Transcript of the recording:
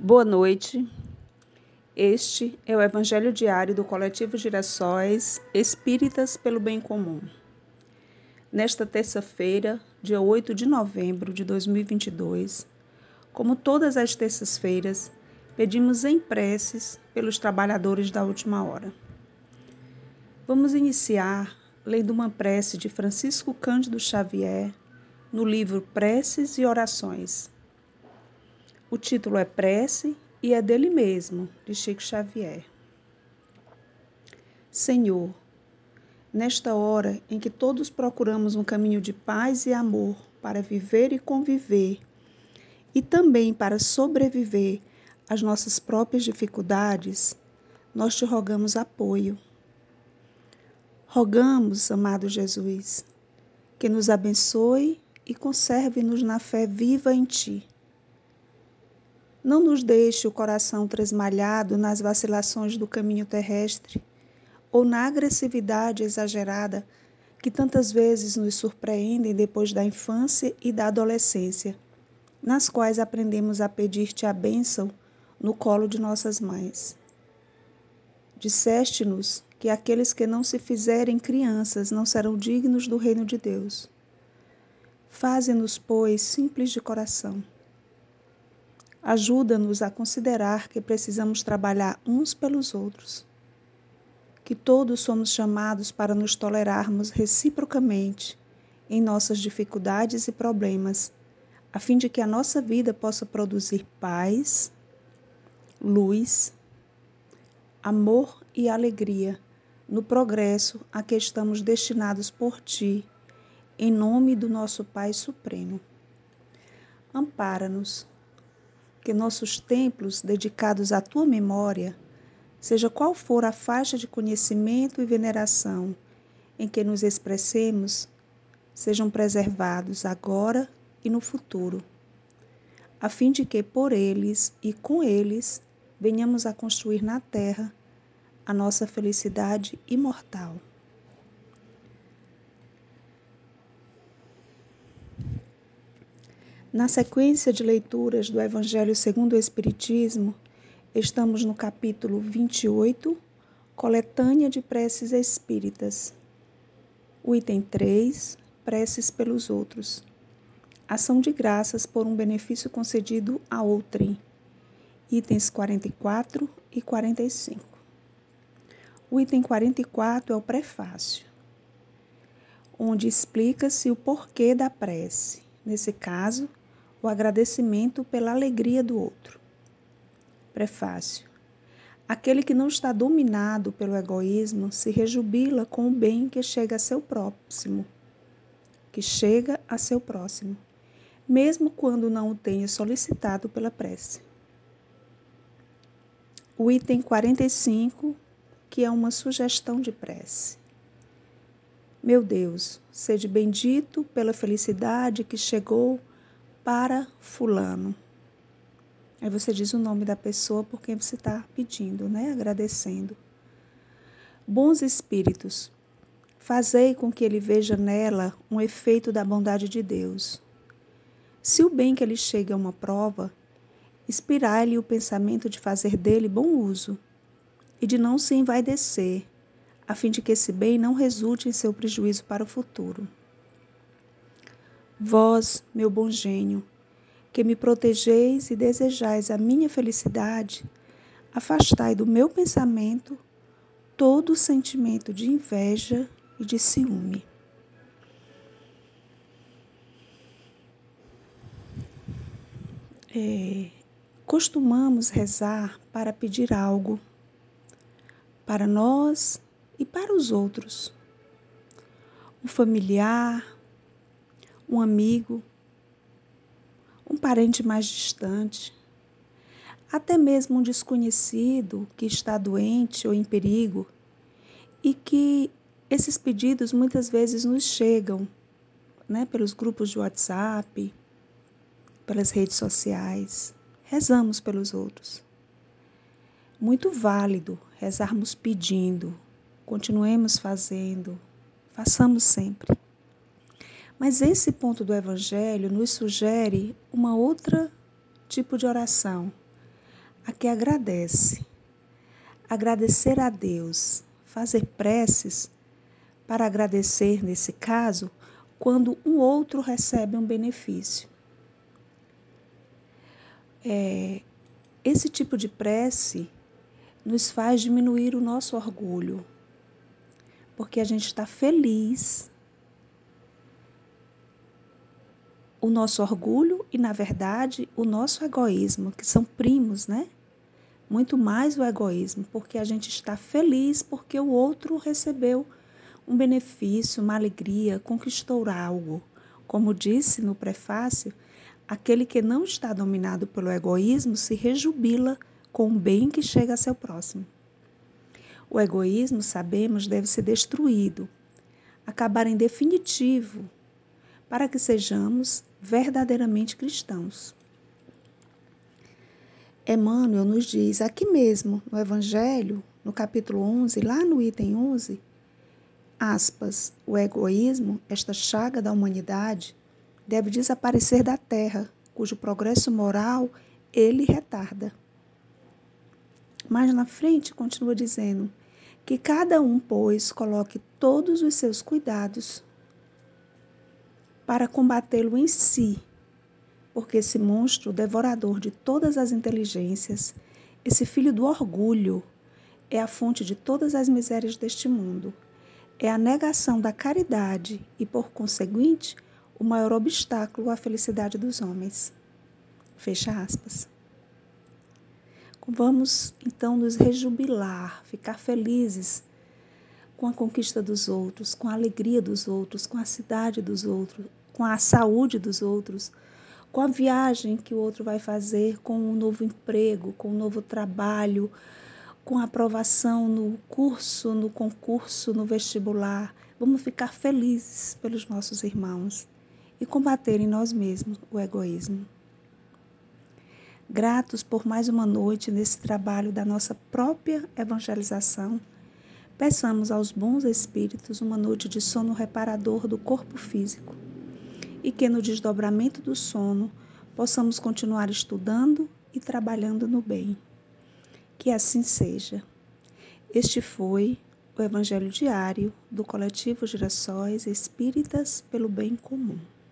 Boa noite. Este é o Evangelho Diário do Coletivo Girassóis Espíritas pelo Bem Comum. Nesta terça-feira, dia 8 de novembro de 2022, como todas as terças-feiras, pedimos em preces pelos trabalhadores da última hora. Vamos iniciar lendo uma prece de Francisco Cândido Xavier no livro Preces e Orações. O título é Prece e é dele mesmo, de Chico Xavier. Senhor, nesta hora em que todos procuramos um caminho de paz e amor para viver e conviver, e também para sobreviver às nossas próprias dificuldades, nós te rogamos apoio. Rogamos, amado Jesus, que nos abençoe e conserve-nos na fé viva em ti. Não nos deixe o coração tresmalhado nas vacilações do caminho terrestre ou na agressividade exagerada que tantas vezes nos surpreendem depois da infância e da adolescência, nas quais aprendemos a pedir-te a bênção no colo de nossas mães. Disseste-nos que aqueles que não se fizerem crianças não serão dignos do reino de Deus. Faze-nos, pois, simples de coração. Ajuda-nos a considerar que precisamos trabalhar uns pelos outros, que todos somos chamados para nos tolerarmos reciprocamente em nossas dificuldades e problemas, a fim de que a nossa vida possa produzir paz, luz, amor e alegria no progresso a que estamos destinados por ti, em nome do nosso Pai Supremo. Ampara-nos, que nossos templos dedicados à tua memória, seja qual for a faixa de conhecimento e veneração em que nos expressemos, sejam preservados agora e no futuro, a fim de que por eles e com eles venhamos a construir na terra a nossa felicidade imortal. Na sequência de leituras do Evangelho segundo o Espiritismo, estamos no capítulo 28, Coletânea de Preces Espíritas. O item 3, Preces pelos outros. Ação de graças por um benefício concedido a outrem. Itens 44 e 45. O item 44 é o prefácio, onde explica-se o porquê da prece. Nesse caso, o agradecimento pela alegria do outro. Prefácio. Aquele que não está dominado pelo egoísmo se rejubila com o bem que chega a seu próximo, mesmo quando não o tenha solicitado pela prece. O item 45, que é uma sugestão de prece. Meu Deus, sede bendito pela felicidade que chegou para fulano. Aí você diz o nome da pessoa por quem você está pedindo, agradecendo. Bons espíritos, fazei com que ele veja nela um efeito da bondade de Deus. Se o bem que lhe chega é uma prova, inspirai-lhe o pensamento de fazer dele bom uso e de não se envaidecer, a fim de que esse bem não resulte em seu prejuízo para o futuro. Vós, meu bom gênio, que me protegeis e desejais a minha felicidade, afastai do meu pensamento todo o sentimento de inveja e de ciúme. Costumamos rezar para pedir algo para nós e para os outros. Um familiar, um amigo, um parente mais distante, até mesmo um desconhecido que está doente ou em perigo, e que esses pedidos muitas vezes nos chegam, pelos grupos de WhatsApp, pelas redes sociais. Rezamos pelos outros. Muito válido rezarmos pedindo, continuemos fazendo, façamos sempre. Mas esse ponto do Evangelho nos sugere uma outra tipo de oração, a que agradece. Agradecer a Deus, fazer preces para agradecer, nesse caso, quando um outro recebe um benefício. Esse tipo de prece nos faz diminuir o nosso orgulho, porque a gente está feliz. O nosso orgulho e, na verdade, o nosso egoísmo, que são primos, né? Muito mais o egoísmo, porque a gente está feliz porque o outro recebeu um benefício, uma alegria, conquistou algo. Como disse no prefácio, aquele que não está dominado pelo egoísmo se rejubila com o bem que chega a seu próximo. O egoísmo, sabemos, deve ser destruído, acabar em definitivo, para que sejamos verdadeiramente cristãos. Emmanuel nos diz aqui mesmo, no Evangelho, no capítulo 11, lá no item 11, aspas, o egoísmo, esta chaga da humanidade, deve desaparecer da terra, cujo progresso moral ele retarda. Mas na frente continua dizendo que cada um, pois, coloque todos os seus cuidados para combatê-lo em si, porque esse monstro devorador de todas as inteligências, esse filho do orgulho, é a fonte de todas as misérias deste mundo. É a negação da caridade e, por conseguinte, o maior obstáculo à felicidade dos homens. Fecha aspas. Vamos, então, nos rejubilar, ficar felizes com a conquista dos outros, com a alegria dos outros, com a cidade dos outros, com a saúde dos outros, com a viagem que o outro vai fazer, com um novo emprego, com um novo trabalho, com a aprovação no curso, no concurso, no vestibular. Vamos ficar felizes pelos nossos irmãos e combater em nós mesmos o egoísmo. Gratos por mais uma noite nesse trabalho da nossa própria evangelização, peçamos aos bons espíritos uma noite de sono reparador do corpo físico e que no desdobramento do sono possamos continuar estudando e trabalhando no bem. Que assim seja. Este foi o Evangelho Diário do Coletivo Girassóis Espíritas pelo Bem Comum.